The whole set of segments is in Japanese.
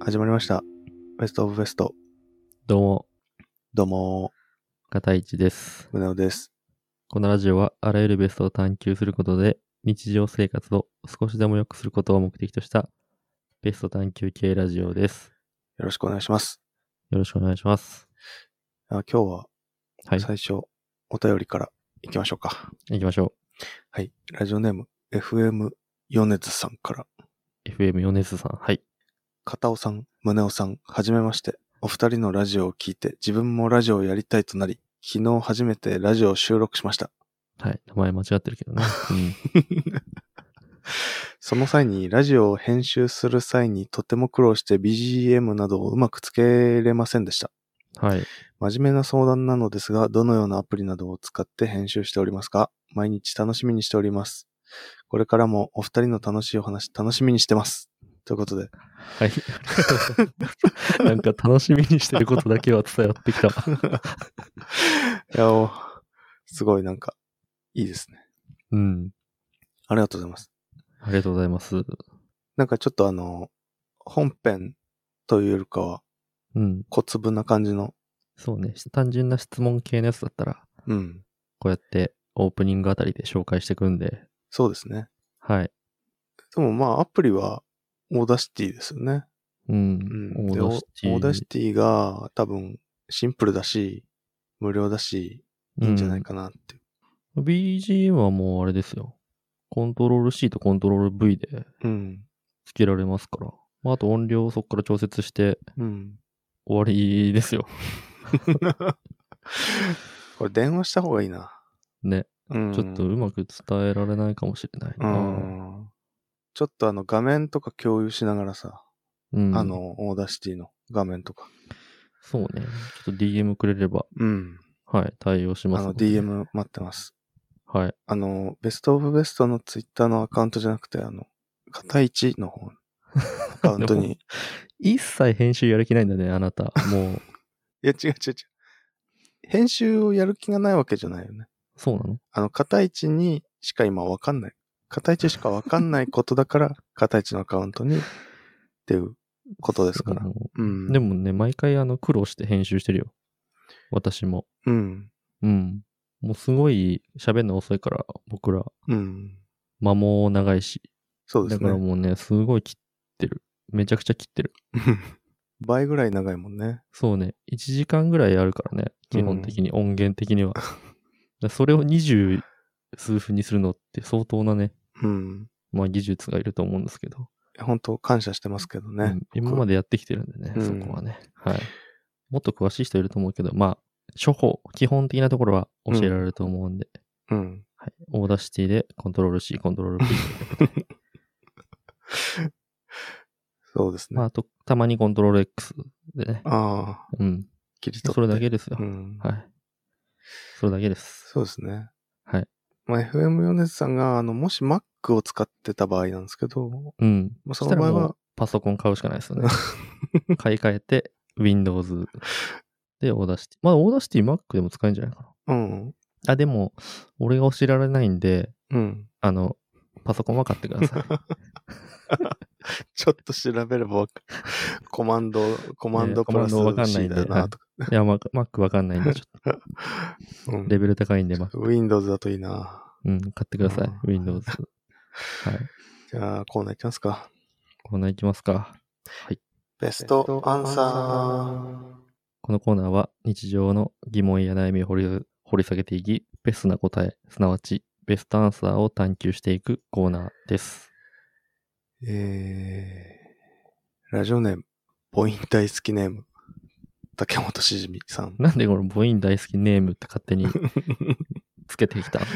始まりました。ベストオブベスト。 どうも、 どうも、 片市です。 宗男です。 このラジオはあらゆるベストを探求することで、日常生活を少しでも良くすることを目的としたベスト探求系ラジオです。 よろしくお願いします。 よろしくお願いします。 今日ははい、 最初、お便りから行きましょうか。 行きましょはい。ラジオネーム、FM 米津さんから。 う。FM 米津さん。はい。 片尾さん、宗男さん、はじめまして。お二人のラジオを聞いて、自分もラジオをやりたいとなり、昨日初めてラジオを収録しました。 はい。名前間違ってるけどね。 その際に、ラジオを編集する際にとても苦労して BGM などをうまくつけれませんでした。 はい。 真面目な相談なのですが、どのようなアプリなどを使って編集しておりますか？毎日楽しみにしております。これからもお二人の楽しいお話楽しみにしてます。ということで。 はい。なんか楽しみにしてることだけは伝わってきた。 いや、すごいなんか、いいですね。 うん。 ありがとうございます。 ありがとうございます。 なんかちょっと本編というよりかは、小粒な感じの。 そうね。単純な質問系のやつだったら、こうやってオープニングあたりで紹介していくんで。 そうですね。 はい。 でもまあアプリはオーダーシティですよね。 オーダーシティ。 オーダーシティが多分シンプルだし、無料だし、いいんじゃないかなって。 BGM はもうあれですよ。コントロール C とコントロール V でつけられますから。あと音量をそこから調節して、終わりですよ。 これ電話した方がいいな。 ね。ちょっとうまく伝えられないかもしれないな。 ちょっと画面とか共有しながらさ、オーダーシティの画面とか。 そうね。ちょっと DM くれれば、はい、対応しますので。 DM 待ってます。 はい。 ベストオブベストのツイッターのアカウントじゃなくて、片一の方、アカウントに。 一切編集やる気ないんだね、あなた。もう。 いや、違う。編集をやる気がないわけじゃないよね。 そうなの？ 片一にしか今わかんない。片一しかわかんないことだから、片一のアカウントにっていうことですから。 でもね、毎回苦労して編集してるよ。私も。もうすごい喋るの遅いから、僕ら。間も長いし。 そうですね。 だからもうね、すごい切ってる。めちゃくちゃ切ってる。 倍ぐらい長いもんね。 そうね。1時間ぐらいあるからね。基本的に、音源的には。それを20数分にするのって相当なね。まあ技術がいると思うんですけど。 本当感謝してますけどね。 今までやってきてるんでね、そこはね。はい。もっと詳しい人いると思うけど、まあ、処方、基本的なところは教えられると思うんで。はい。オーダーシティでコントロール C、コントロール V ということで。 そうですね。 まあ、あと、たまにコントロール X でね。 切り取って。 それだけですよ。はい。それだけです。 そうですね。 はい。 まあ、FM 米津さんが、もし Mac を使ってた場合なんですけど、 その場合は、パソコン買うしかないですよね。買い替えて、Windows でオーダーシティ。まあ、オーダーシティ Mac でも使えるんじゃないかな。でも、俺が教えられないんで、パソコンは買ってください。 ちょっと調べればコマンドプラス C だよなとか。 いや、Mac わかんないんで、ちょっと。レベル高いんで、Mac。 Windows だといいな。 買ってください。Windows。はい。 じゃあ、コーナーいきますか。 はい。 ベストアンサー。 このコーナーは日常の疑問や悩みを掘り下げていき、ベストな答え、すなわちベストアンサーを探求していくコーナーです。 ラジオネーム、母音大好きネーム、竹本しじみさん。 なんでこの母音大好きネームって勝手につけてきたの？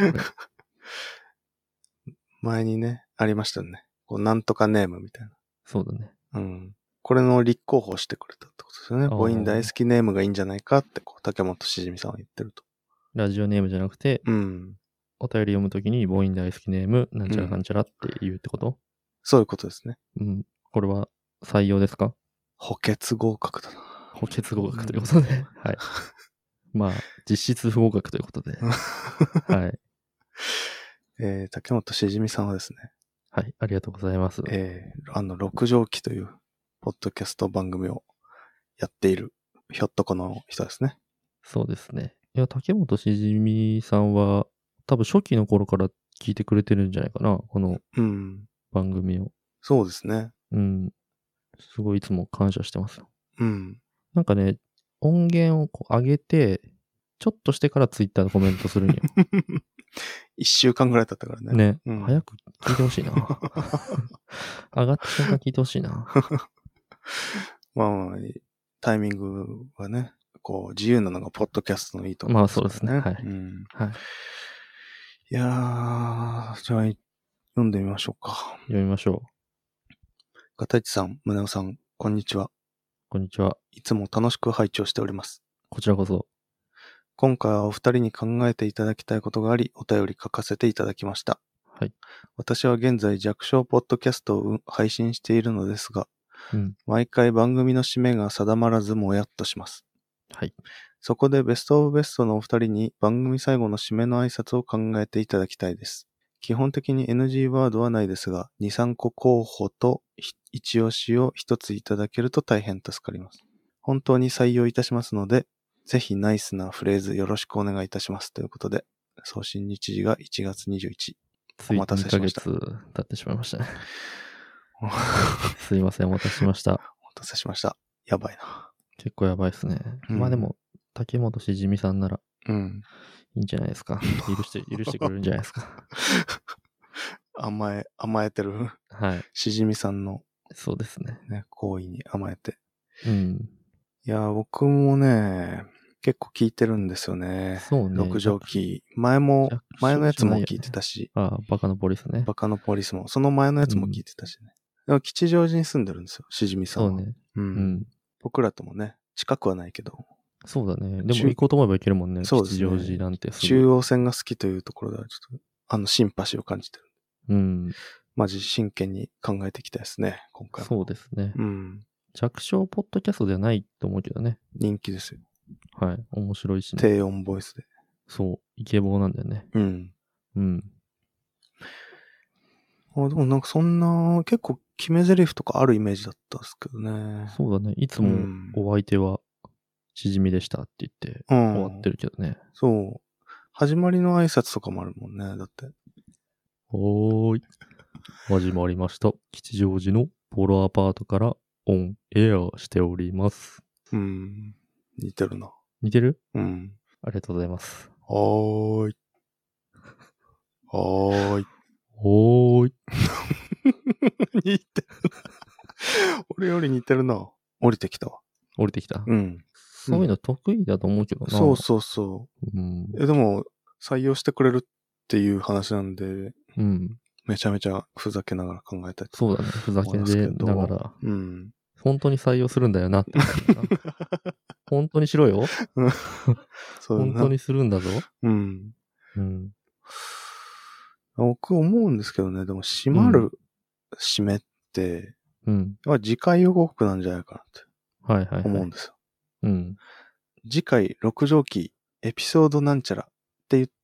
前にね、ありましたね。こうなんとかネームみたいな。 そうだね。 これの立候補してくれたってことですよね。母音大好きネームがいいんじゃないかって竹本しじみさんは言ってると。 ラジオネームじゃなくて、お便り読むときに母音大好きネーム、なんちゃらかんちゃらって言うってこと？ そういうことですね。 これは採用ですか？ 補欠合格だな。 補欠合格ということで。はい。まあ、実質不合格ということで。はい。 竹本しじみさんはですね。 はい、ありがとうございます。 六畳紀というポッドキャスト番組をやっているひょっとこの人ですね。 そうですね。いや、竹本しじみさんは、多分初期の頃から聞いてくれてるんじゃないかな、この番組を。 そうですね。 すごいいつも感謝してますよ。 なんかね、音源をこう上げて、ちょっとしてからツイッターでコメントするんよ。 1週間ぐらい経ったからね。 早く聞いてほしいな。上がった瞬間聞いてほしいな。 まあ、タイミングはね、こう、自由なのがポッドキャストのいいところですね。 まあそうですね。はい。はい。 いやー、じゃあ、読んでみましょうか。 読みましょう。片市さん、宗男さん、こんにちは。 こんにちは。 いつも楽しく拝聴しております。 こちらこそ。 今回はお二人に考えていただきたいことがあり、お便り書かせていただきました。 はい。 私は現在弱小ポッドキャストを配信しているのですが、毎回番組の締めが定まらずもやっとします。 はい。 そこでベストオブベストのお二人に番組最後の締めの挨拶を考えていただきたいです。基本的に NG ワードはないですが、2、3個候補と一押しを一ついただけると大変助かります。本当に採用いたしますので、ぜひナイスなフレーズよろしくお願いいたします。ということで、送信日時が1月21日。 お待たせしました。2ヶ月経ってしまいましたね。すいません、お待たせしました。 お待たせしました。やばいな。 結構やばいですね。まあでも、竹本しじみさんなら、いいんじゃないですか。許してくれるんじゃないですか。 甘えてる。 はい。 しじみさんの。 そうですね。 行為に甘えて。いや、僕もね、結構聞いてるんですよね。 そうね。 六条記。前のやつも聞いてたし。 バカのポリスね。 バカのポリスも。その前のやつも聞いてたしね。でも吉祥寺に住んでるんですよ、しじみさんは。 そうね。 僕らともね、近くはないけど。 そうだね。でも行こうと思えば行けるもんね。 そうですね。 吉祥寺なんて中央線が好きというところではちょっと、シンパシーを感じてる。マジ真剣に考えていきたいですね、今回も。 そうですね。弱小ポッドキャストではないと思うけどね。 人気ですよ。 はい。面白いしね。 低音ボイスで。 そう。イケボーなんだよね。 でもなんかそんな、結構決め台詞とかあるイメージだったんですけどね。 そうだね。いつもお相手はしじみでしたって言って終わってるけどね。 そう。始まりの挨拶とかもあるもんね。だって。 始まりました。吉祥寺のポロアパートからオンエアしております。 似てるな。 似てる？ ありがとうございます。 はーい。似てる。俺より似てるな。降りてきたわ。 降りてきた？そういうの得意だと思うけどな。 そう。でも、採用してくれるっていう話なんで、めちゃめちゃふざけながら考えたり。 そうだね。ふざけながら。本当に採用するんだよなって感じだな。本当にしろよ。本当にするんだぞ。 僕思うんですけどね、でも締まる締めって、次回予告なんじゃないかなって思うんですよ。次回6条記エピソードなんちゃらって言って、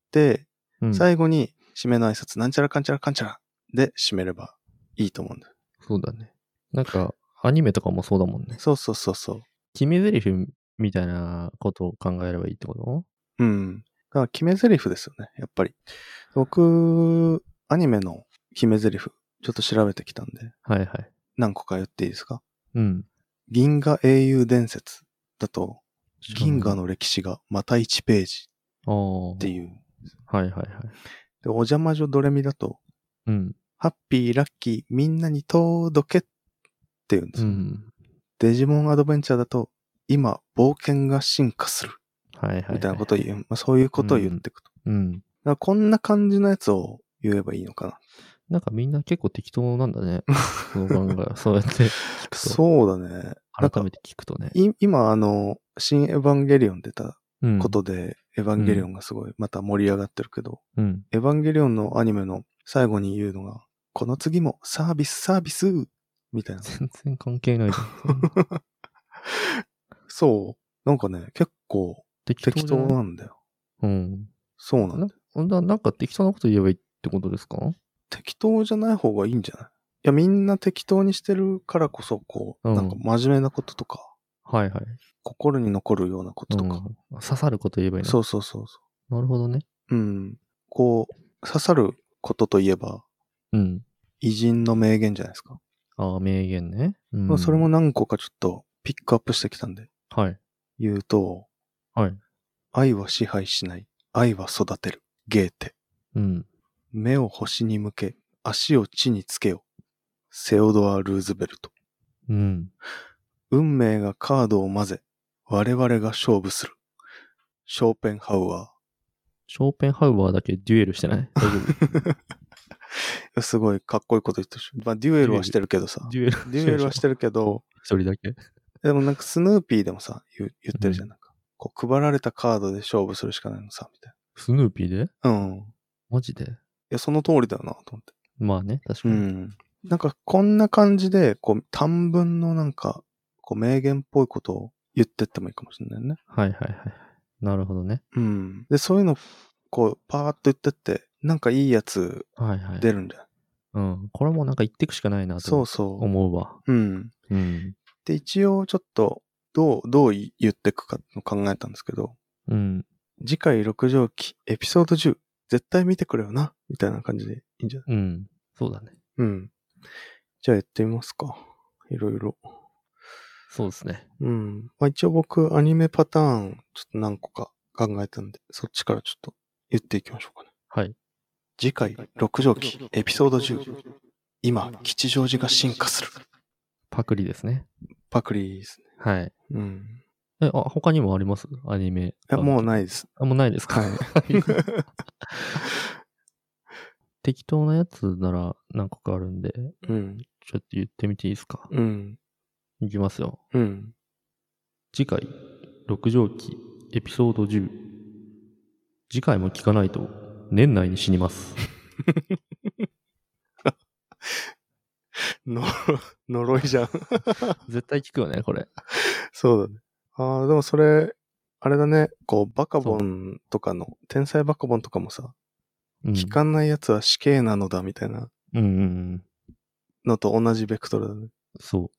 最後に締めの挨拶なんちゃらかんちゃらかんちゃらで締めればいいと思うんだよ。 そうだね。なんか、アニメとかもそうだもんね。 そう。 決め台詞みたいなことを考えればいいってこと？ だから決め台詞ですよね、やっぱり。僕、アニメの決め台詞、ちょっと調べてきたんで。何個か言っていいですか？銀河英雄伝説だと、銀河の歴史がまた1ページっていう。で、お邪魔女ドレミだと、ハッピー、ラッキー、みんなに届けっていうんですよ。デジモンアドベンチャーだと、今、冒険が進化する。みたいなことを言う。そういうことを言っていくと。だからこんな感じのやつを言えばいいのかな。 なんかみんな結構適当なんだね。この番組そうやって聞くと。 そうだね。 改めて聞くとね。 今、新エヴァンゲリオン出たことで、エヴァンゲリオンがすごいまた盛り上がってるけど、エヴァンゲリオンのアニメの最後に言うのが、この次もサービスみたいな。 全然関係ないじゃん。 そう。なんかね、結構適当なんだよ。そうなんだよ。 なんか適当なこと言えばいいってことですか？ 適当じゃない方がいいんじゃない？ や、みんな適当にしてるからこそ、こう、なんか真面目なこととか、 はいはい。 心に残るようなこととか。 刺さること言えばいいの？ そうそうそうそう。なるほどね。 う。こう、刺さることといえば、偉人の名言じゃないですか。 ああ、名言ね。 それも何個かちょっとピックアップしてきたんで。 はい。 言うと、 はい。 愛は支配しない。愛は育てる。ゲーテ。目を星に向け、足を地につけよ。セオドア・ルーズベルト。運命がカードを混ぜ、我々が勝負する。ショーペンハウアー。 ショーペンハウアーだけデュエルしてない？大丈夫？すごいかっこいいこと言ってるし。まあ、デュエルはしてるけどさ。デュエルはしてるけど。 一人だけ。 でもなんかスヌーピーでもさ、言ってるじゃん。なんかこう配られたカードで勝負するしかないのさ、みたいな。 スヌーピーで？マジで？いや、その通りだよな、と思って。 まあね、確かに。 なんかこんな感じで、こう短文のなんか、こう名言っぽいことを言ってってもいいかもしれないね。 はいはいはい。なるほどね。 で、そういうの、こう、パーッと言ってって、なんかいいやつ、出るんだよ。 これもなんか言ってくしかないなと思うわ。 で、一応ちょっと、どう言ってくかの考えたんですけど、次回6畳期エピソード10、絶対見てくれよな、みたいな感じでいいんじゃない？ そうだね。 じゃあやってみますか。いろいろ。 そうですね。 まあ一応僕、アニメパターン、ちょっと何個か考えたんで、そっちからちょっと言っていきましょうかね。 はい。 次回、6畳期、エピソード10。今、吉祥寺が進化する。 パクリですね。 パクリですね。 はい。他にもあります？アニメ。 もうないです。 もうないですか？ はい。 適当なやつなら何個かあるんで、ちょっと言ってみていいですか？いきますよ。次回、6畳期、エピソード10。次回も聞かないと、年内に死にます。 呪いじゃん。 絶対聞くよね、これ。 そうだね。でもそれ、あれだね、こう、バカボンとかの、天才バカボンとかもさ、聞かないやつは死刑なのだ、みたいな。のと同じベクトルだね。 そう。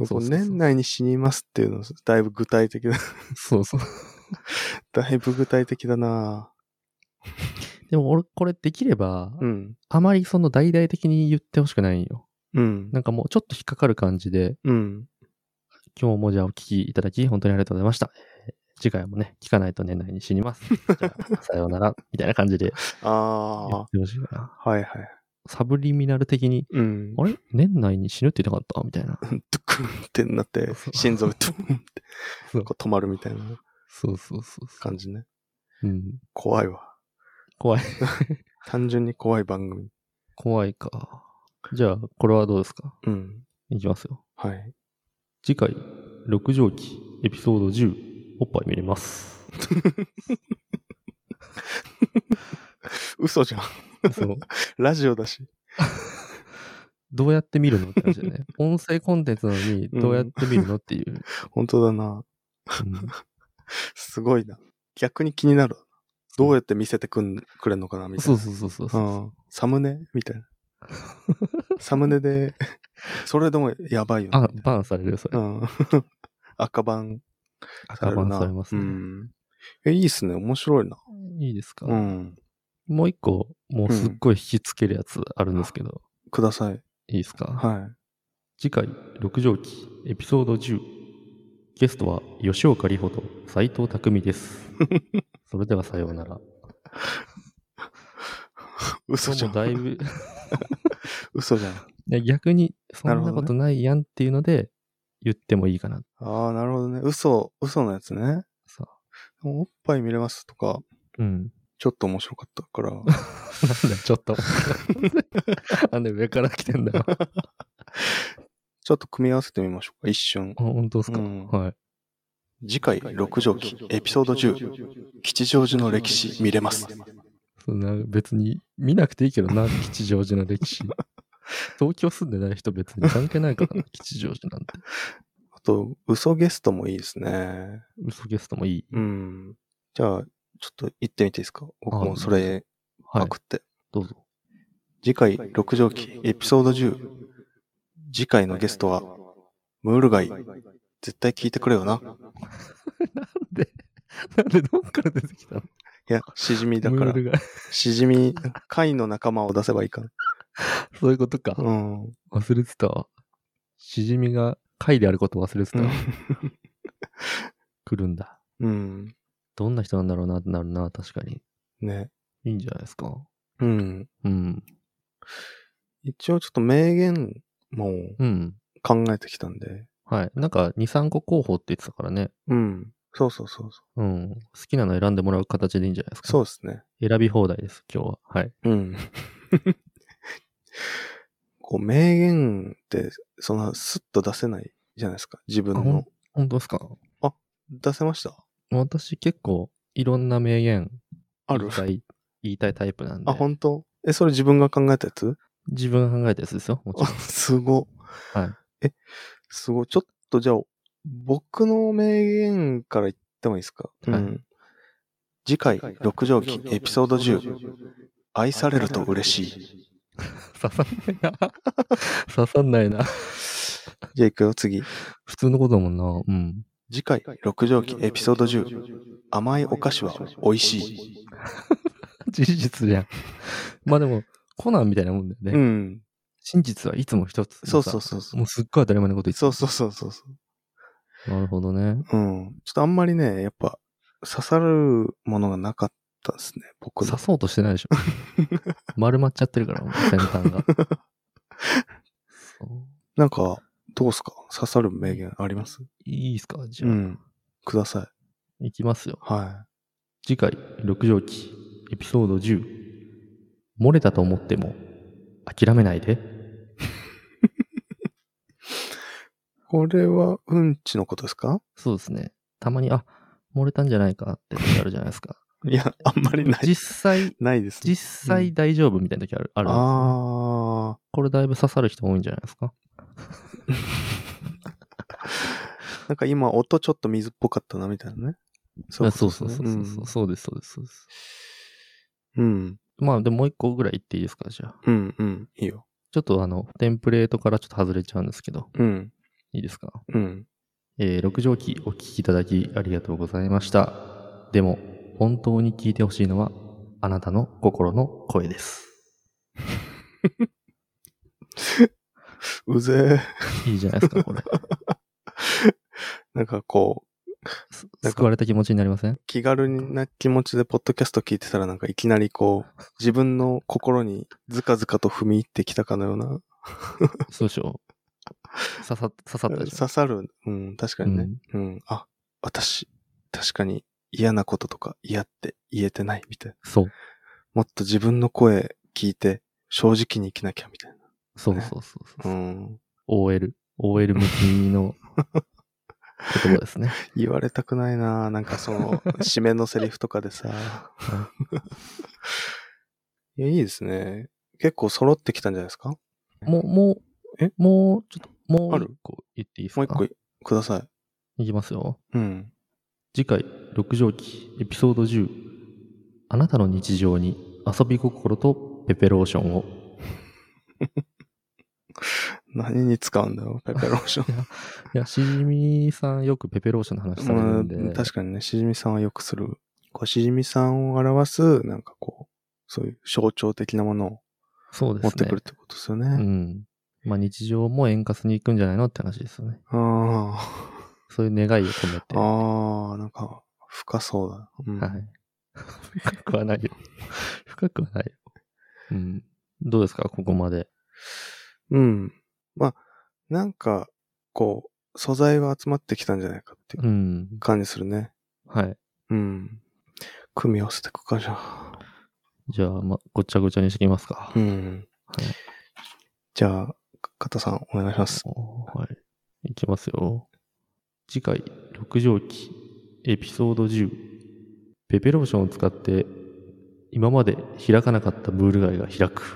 年内に死にますっていうの、だいぶ具体的だ。 そうそう。 だいぶ具体的だな。 でも俺、これできれば、あまりその大々的に言ってほしくないよ。なんかもうちょっと引っかかる感じで、今日もじゃあお聞きいただき、本当にありがとうございました。次回もね、聞かないと年内に死にます。じゃあ、さようなら、みたいな感じで。言ってほしいかな。 はいはい。 サブリミナル的に、あれ年内に死ぬって言ってなかったみたいな。 ドゥクンってなって、心臓がドゥンってこう止まるみたいな。 そう。 感じね。怖いわ。 怖い。 単純に怖い番組。 怖いか。じゃあ、これはどうですか？いきますよ。 はい。 次回、6畳期、エピソード10、おっぱい見れます。 嘘じゃん。そう。ラジオだし。 どうやって見るのって感じだね。音声コンテンツなのに、どうやって見るのっていう。 本当だな。すごいな。逆に気になる。どうやって見せてくれんのかなみたいな。 そう。 サムネみたいな。サムネで、それでもやばいよね。 バンされるよ、それ。 赤バンされますね。 いいっすね。面白いな。 いいですか？もう一個、もうすっごい引きつけるやつあるんですけど。 ください。 いいですか？ はい。 次回、6畳期、エピソード10。ゲストは、吉岡里帆と斉藤匠です。それではさようなら。 嘘じゃん。 だいぶ嘘じゃん。 逆に、そんなことないやんっていうので、言ってもいいかな。 なるほどね。嘘のやつね。おっぱい見れますとか、ちょっと面白かったから。なんだちょっと。なんで上から来てんだよ。 ちょっと組み合わせてみましょうか、一瞬。 本当ですか？はい。 次回、6畳期、エピソード10、吉祥寺の歴史見れます。 別に見なくていいけどな、吉祥寺の歴史。東京住んでない人別に関係ないからな、吉祥寺なんて。 あと、嘘ゲストもいいですね。 嘘ゲストもいい。 じゃあ、ちょっと行ってみていいですか？僕もそれパクって。 どうぞ。 次回、6畳期、エピソード10、 次回のゲストは、ムール貝。絶対聞いてくれよな。 なんでどっから出てきたの？ いや、しじみだから。しじみ、貝の仲間を出せばいいかな。 そういうことか。 うん。 忘れてたわ。しじみが貝であることを忘れてたわ。来るんだ。 うん。 どんな人なんだろうなってなるな、確かに。 ね。 いいんじゃないですか。 うん。 うん。 一応ちょっと名言も考えてきたんで。 はい。なんか2、3個候補って言ってたからね。 うん。そうそうそうそう。うん。好きなの選んでもらう形でいいんじゃないですか。 そうですね。 選び放題です、今日は。はい。 うん。こう、名言って、そんなスッと出せないじゃないですか。自分の。 本当ですか？ あ、出せました？ 私結構いろんな名言ある？ 言いたいタイプなんで。 あ、本当？それ自分が考えたやつ？ 自分が考えたやつですよ、もちろん。 すご。 はい。 すごい。ちょっとじゃあ、僕の名言から言ってもいいですか？はい。次回、六畳記エピソード10。愛されると嬉しい。 刺さんないな。刺さんないな。 じゃあ行くよ、次。 普通のことだもんな。うん。 次回、六畳記エピソード10。甘いお菓子は美味しい。 事実じゃん。まあでも、コナンみたいなもんだよね。うん。真実はいつも一つ。 そうそうそうそう。 もうすっごい当たり前のこと言ってそうそうそうそう。 なるほどね。 うん。ちょっとあんまりね、やっぱ、刺さるものがなかったですね、僕の。 刺そうとしてないでしょ。丸まっちゃってるから、もう先端が。 なんか、どうすか？刺さる名言あります？ いいですか？じゃあ。うん。 ください。いきますよ。 はい。 次回、六畳記、エピソード10。漏れたと思っても、諦めないで。 これは、うんちのことですか？ そうですね。たまに、漏れたんじゃないかって時あるじゃないですか。 いや、あんまりない。 実際、 ないですね。 実際大丈夫みたいな時あるんですね。これだいぶ刺さる人多いんじゃないですか。 なんか今、音ちょっと水っぽかったな、みたいなね。 そうそうそう。そうです。うん。まあ、でももう一個ぐらい言っていいですか、じゃあ。 いいよ。 ちょっとテンプレートからちょっと外れちゃうんですけど。いいですか？六畳記お聞きいただきありがとうございました。でも、本当に聞いてほしいのは、あなたの心の声です。 うぜえ。いいじゃないですか、これ。 なんかこう、救われた気持ちになりません？ 気軽な気持ちでポッドキャスト聞いてたらなんかいきなりこう、自分の心にずかずかと踏み入ってきたかのような。 そうでしょ。刺さったじゃん。 刺さる。うん、確かにね。私、確かに嫌なこととか嫌って言えてないみたいな。 そう。 もっと自分の声聞いて正直に生きなきゃみたいな。 そう。OL 向きの言葉ですね。 言われたくないな。なんかその、締めのセリフとかでさ。いや、いいですね。結構揃ってきたんじゃないですか？ もう一個言っていいですか？ もう一個ください。いきますよ。 うん。 次回、六畳記エピソード10。あなたの日常に遊び心とペペローションを。 何に使うんだろう、ペペローション。 いや、しじみさんよくペペローションの話されるんで。 確かにね、しじみさんはよくする。こうしじみさんを表す、なんかこう、そういう象徴的なものを持ってくるってことですよね。うん。 まあ日常も円滑にいくんじゃないのって話ですよね。ああ。そういう願いを込めて。 ああ、なんか、深そうだ。 はい。深くはないよ。深くはないよ。うん。どうですか、ここまで。まあ、なんか、こう、素材は集まってきたんじゃないかっていう感じするね。はい。組み合わせていくか、じゃあ。じゃあ、ごっちゃごちゃにしてきますか。はい。じゃあ、片さん、お願いします。 はい。いきますよ。次回、六畳記、エピソード10。ペペローションを使って、今まで開かなかったムール貝が開く。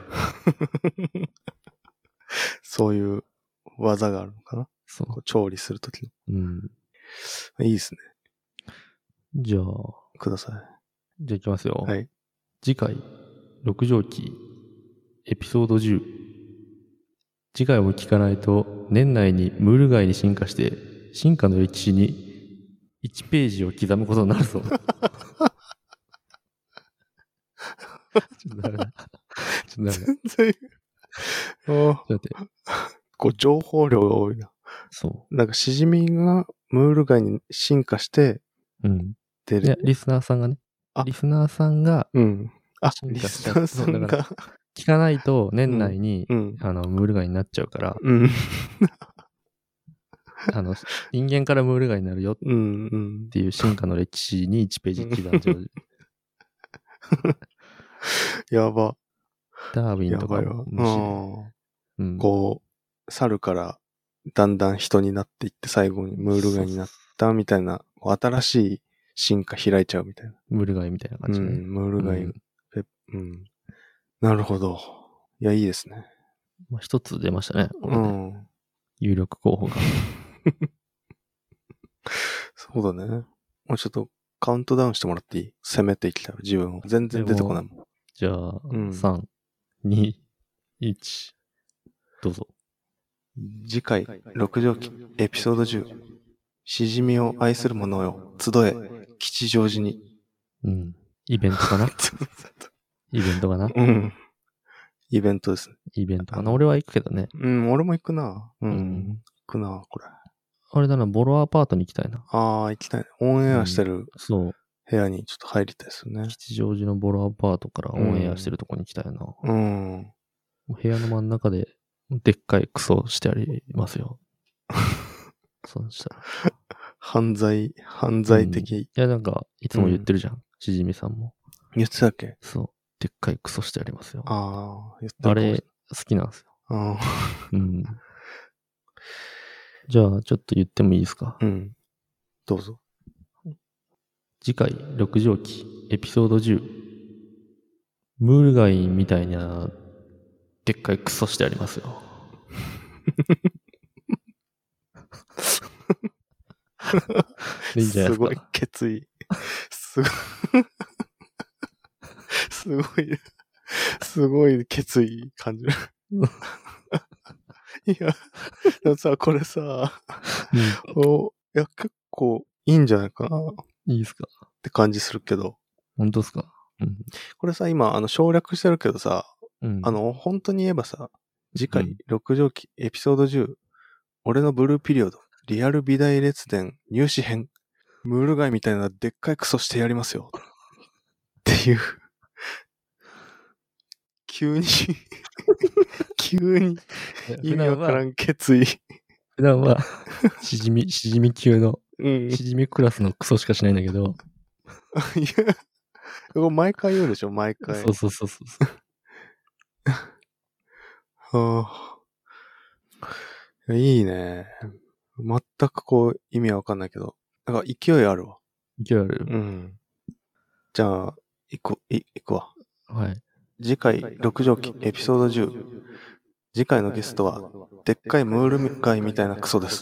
そういう技があるのかな？そう。調理するときの。いいですね。じゃあ。ください。じゃあいきますよ。はい。次回、六畳記、エピソード10。 次回も聞かないと年内にムール貝に進化して進化の歴史に1ページを刻むことになるぞ。ちょっとダメだ。 全然。だって。情報量が多いな。 そう。 なんかシジミがムール貝に進化して、 出る。いや、リスナーさんがね。リスナーさんが、 リスナーさんが。 聞かないと年内に、ムール貝になっちゃうから、人間からムール貝になるよっていう進化の歴史に1ページ刻んじゃう。 やば。 ダーウィンとかこう、猿からだんだん人になっていって最後にムール貝になったみたいな、新しい進化開いちゃうみたいな。 ムール貝みたいな感じね。 ムール貝。なるほど。いや、いいですね。 一つ出ましたね。有力候補が。 そうだね。もうちょっとカウントダウンしてもらっていい？攻めていきたい。自分を。全然出てこないもん。 じゃあ、3、2、1、どうぞ。 次回、六条記、エピソード10。しじみを愛する者よ、集え、吉祥寺に。 イベントかなイベントかなイベントです。 イベントかな俺は行くけどね。 俺も行くな。行くな、これ。 あれだな、ボロアパートに行きたいな。 行きたい。オンエアしてる部屋にちょっと入りたいですね。 吉祥寺のボロアパートからオンエアしてるとこに行きたいな。部屋の真ん中ででっかいクソしてありますよ。そうしたら。 犯罪的。 いや、なんか、いつも言ってるじゃん。しじみさんも。 言ってたっけ？ そう。でっかいクソしてありますよ。 言ってた。 あれ、好きなんですよ。じゃあ、ちょっと言ってもいいですか？ どうぞ。 次回、六条記、エピソード10。ムール貝みたいな、でっかいクソしてありますよ。いいんじゃないですか。 すごい決意。すごい決意感じる。いや、でもさ、これさ、いや、結構いいんじゃないかな。 いいですかって感じするけど。 本当ですか？ これさ、今、省略してるけどさ、本当に言えばさ、次回、六条記、エピソード10、俺のブルーピリオド、リアル美大列伝、入試編、ムール貝みたいなでっかいクソしてやりますよ。っていう。急に意味わからん決意。 普段は、しじみ級の、しじみクラスのクソしかしないんだけど。 いや、毎回言うでしょ、毎回。 そう。 いいね。全くこう、意味はわかんないけど。なんか勢いあるわ。 勢いある。 じゃあ、行くわ。 はい。 次回、六条記、エピソード10。次回のゲストは、でっかいムール貝みたいなクソです。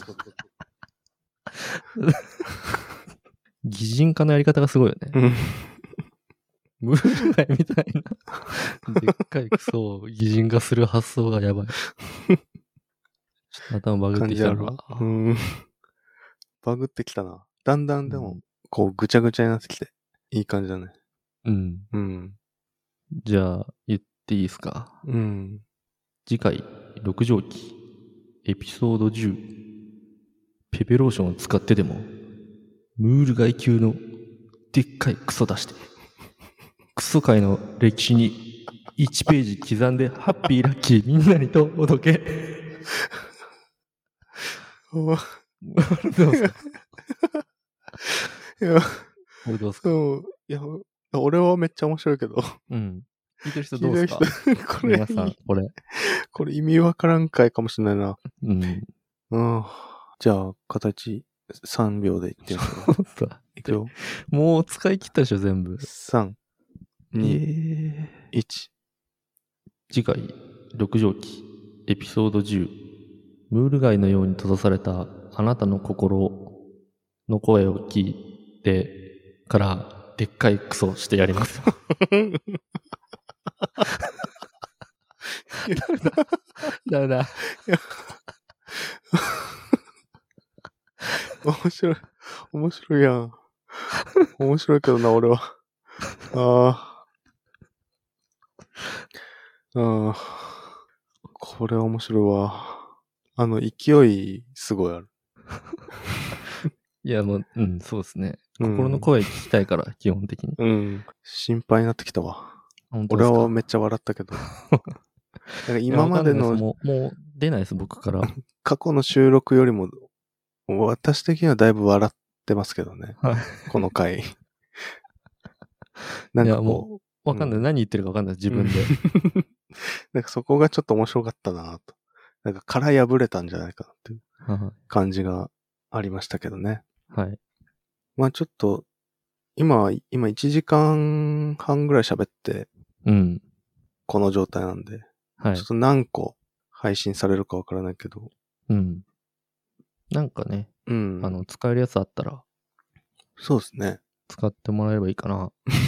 擬人化のやり方がすごいよね。ムール貝みたいな、でっかいクソを擬人化する発想がやばい。ちょっと頭バグってきたな。 バグってきたな。だんだんでも、こう、ぐちゃぐちゃになってきて、いい感じだね。 じゃあ、言っていいですか？次回、六条記、エピソード10。ペペローションを使ってでも、ムール貝級のでっかいクソ出して、クソ界の歴史に1ページ刻んで、ハッピーラッキーみんなにとお届け。 どうすか？ いや、 俺どうすか？ いや、俺はめっちゃ面白いけど。 聞いてる人どうですか？ これ、皆さん、これ意味わからんかいかもしれないな。じゃあ、形3秒でいってみよう。いくよ。 もう使い切ったでしょ、全部。 3、2、1。 次回、六条記、エピソード10。ムール貝のように閉ざされたあなたの心の声を聞いてから、でっかいクソしてやりますよ。 ダメだ。 面白い。面白いやん。面白いけどな、俺は。これは面白いわ。勢い、すごいある。 いや、もう、そうですね。心の声聞きたいから、基本的に。 心配になってきたわ。 本当ですか？ 俺はめっちゃ笑ったけど。今までのもう出ないです、僕から。 過去の収録よりも、私的にはだいぶ笑ってますけどね。 はい。 この回。 なんかもう、わかんない。何言ってるかわかんない、自分で。 なんかそこがちょっと面白かったなと。なんか殻破れたんじゃないかなっていう感じがありましたけどね。 はい。 まあちょっと、今1時間半ぐらい喋って、この状態なんで、ちょっと何個配信されるかわからないけど。 なんかね、使えるやつあったら。 そうですね。 使ってもらえればいいかな。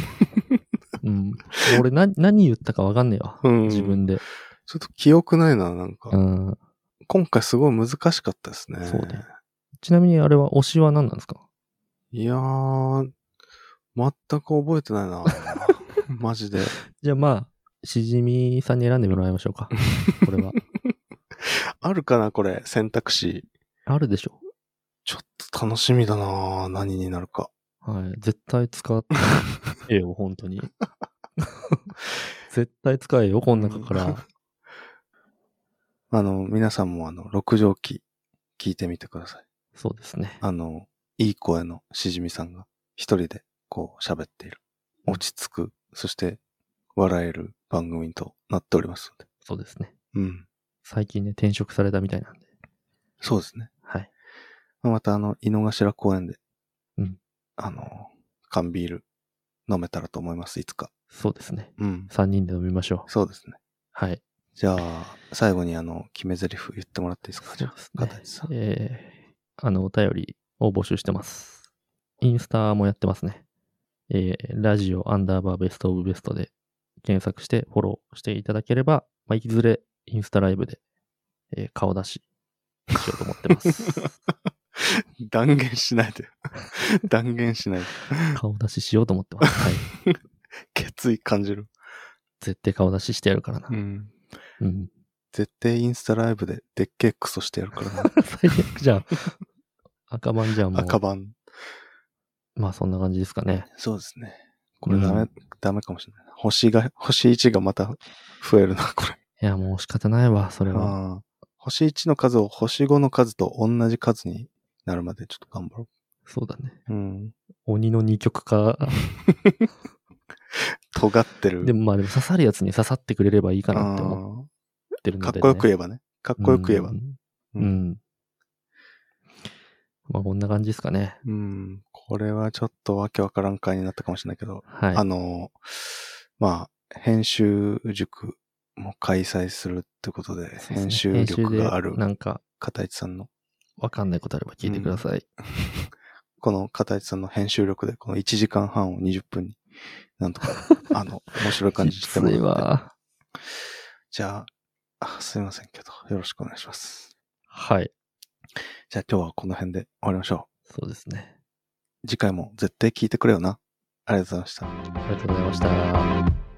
俺何言ったかわかんねえわ。自分で。 ちょっと記憶ないな、なんか。今回すごい難しかったですね。 そうね。ちなみにあれは推しは何なんですか？ いやー、全く覚えてないな。マジで。 じゃあまあ、しじみさんに選んでもらいましょうか。これは。 あるかな、これ、選択肢。 あるでしょ。 ちょっと楽しみだな、何になるか。 はい。絶対使えよ、本当に。絶対使えよ、この中から。 皆さんも六畳記聞いてみてください。 そうですね。 いい声のしじみさんが一人でこう喋っている。落ち着く、そして笑える番組となっておりますので。 そうですね。 最近ね、転職されたみたいなんで。 そうですね。 はい。 また井の頭公園で、缶ビール飲めたらと思います、いつか。 そうですね。3人で飲みましょう。 そうですね。 はい。 じゃあ、最後に決め台詞言ってもらっていいですか？ そうですね。片市さん。お便りを募集してます。インスタもやってますね。ラジオ_ベストオブベストで検索してフォローしていただければ、いずれインスタライブで、顔出ししようと思ってます。 断言しないで。断言しないで。 顔出ししようと思ってます。はい。 決意感じる。 絶対顔出ししてやるからな。 絶対インスタライブででっけえクソしてやるからな。 最悪じゃん。赤番じゃん、もう。 赤番。 まあそんな感じですかね。 そうですね。これダメかもしれない。星1がまた増えるな、これ。 いや、もう仕方ないわ、それは。 星1の数を星5の数と同じ数になるまでちょっと頑張ろう。そうだね。鬼の二極化。 尖ってる。 でも刺さるやつに刺さってくれればいいかなって思ってるので、ね。 かっこよく言えばね。かっこよく言えば。 まあこんな感じですかね。 これはちょっとわけわからん回になったかもしれないけど、 はい。 まあ、編集塾も開催するってことで、編集力がある片市さんの。 わかんないことあれば聞いてください。 この片市さんの編集力で、この1時間半を20分に、なんとか、面白い感じにしてもらって。じゃあ、すいませんけど、よろしくお願いします。 はい。 じゃあ今日はこの辺で終わりましょう。そうですね。 次回も絶対聞いてくれよな。ありがとうございました。 ありがとうございました。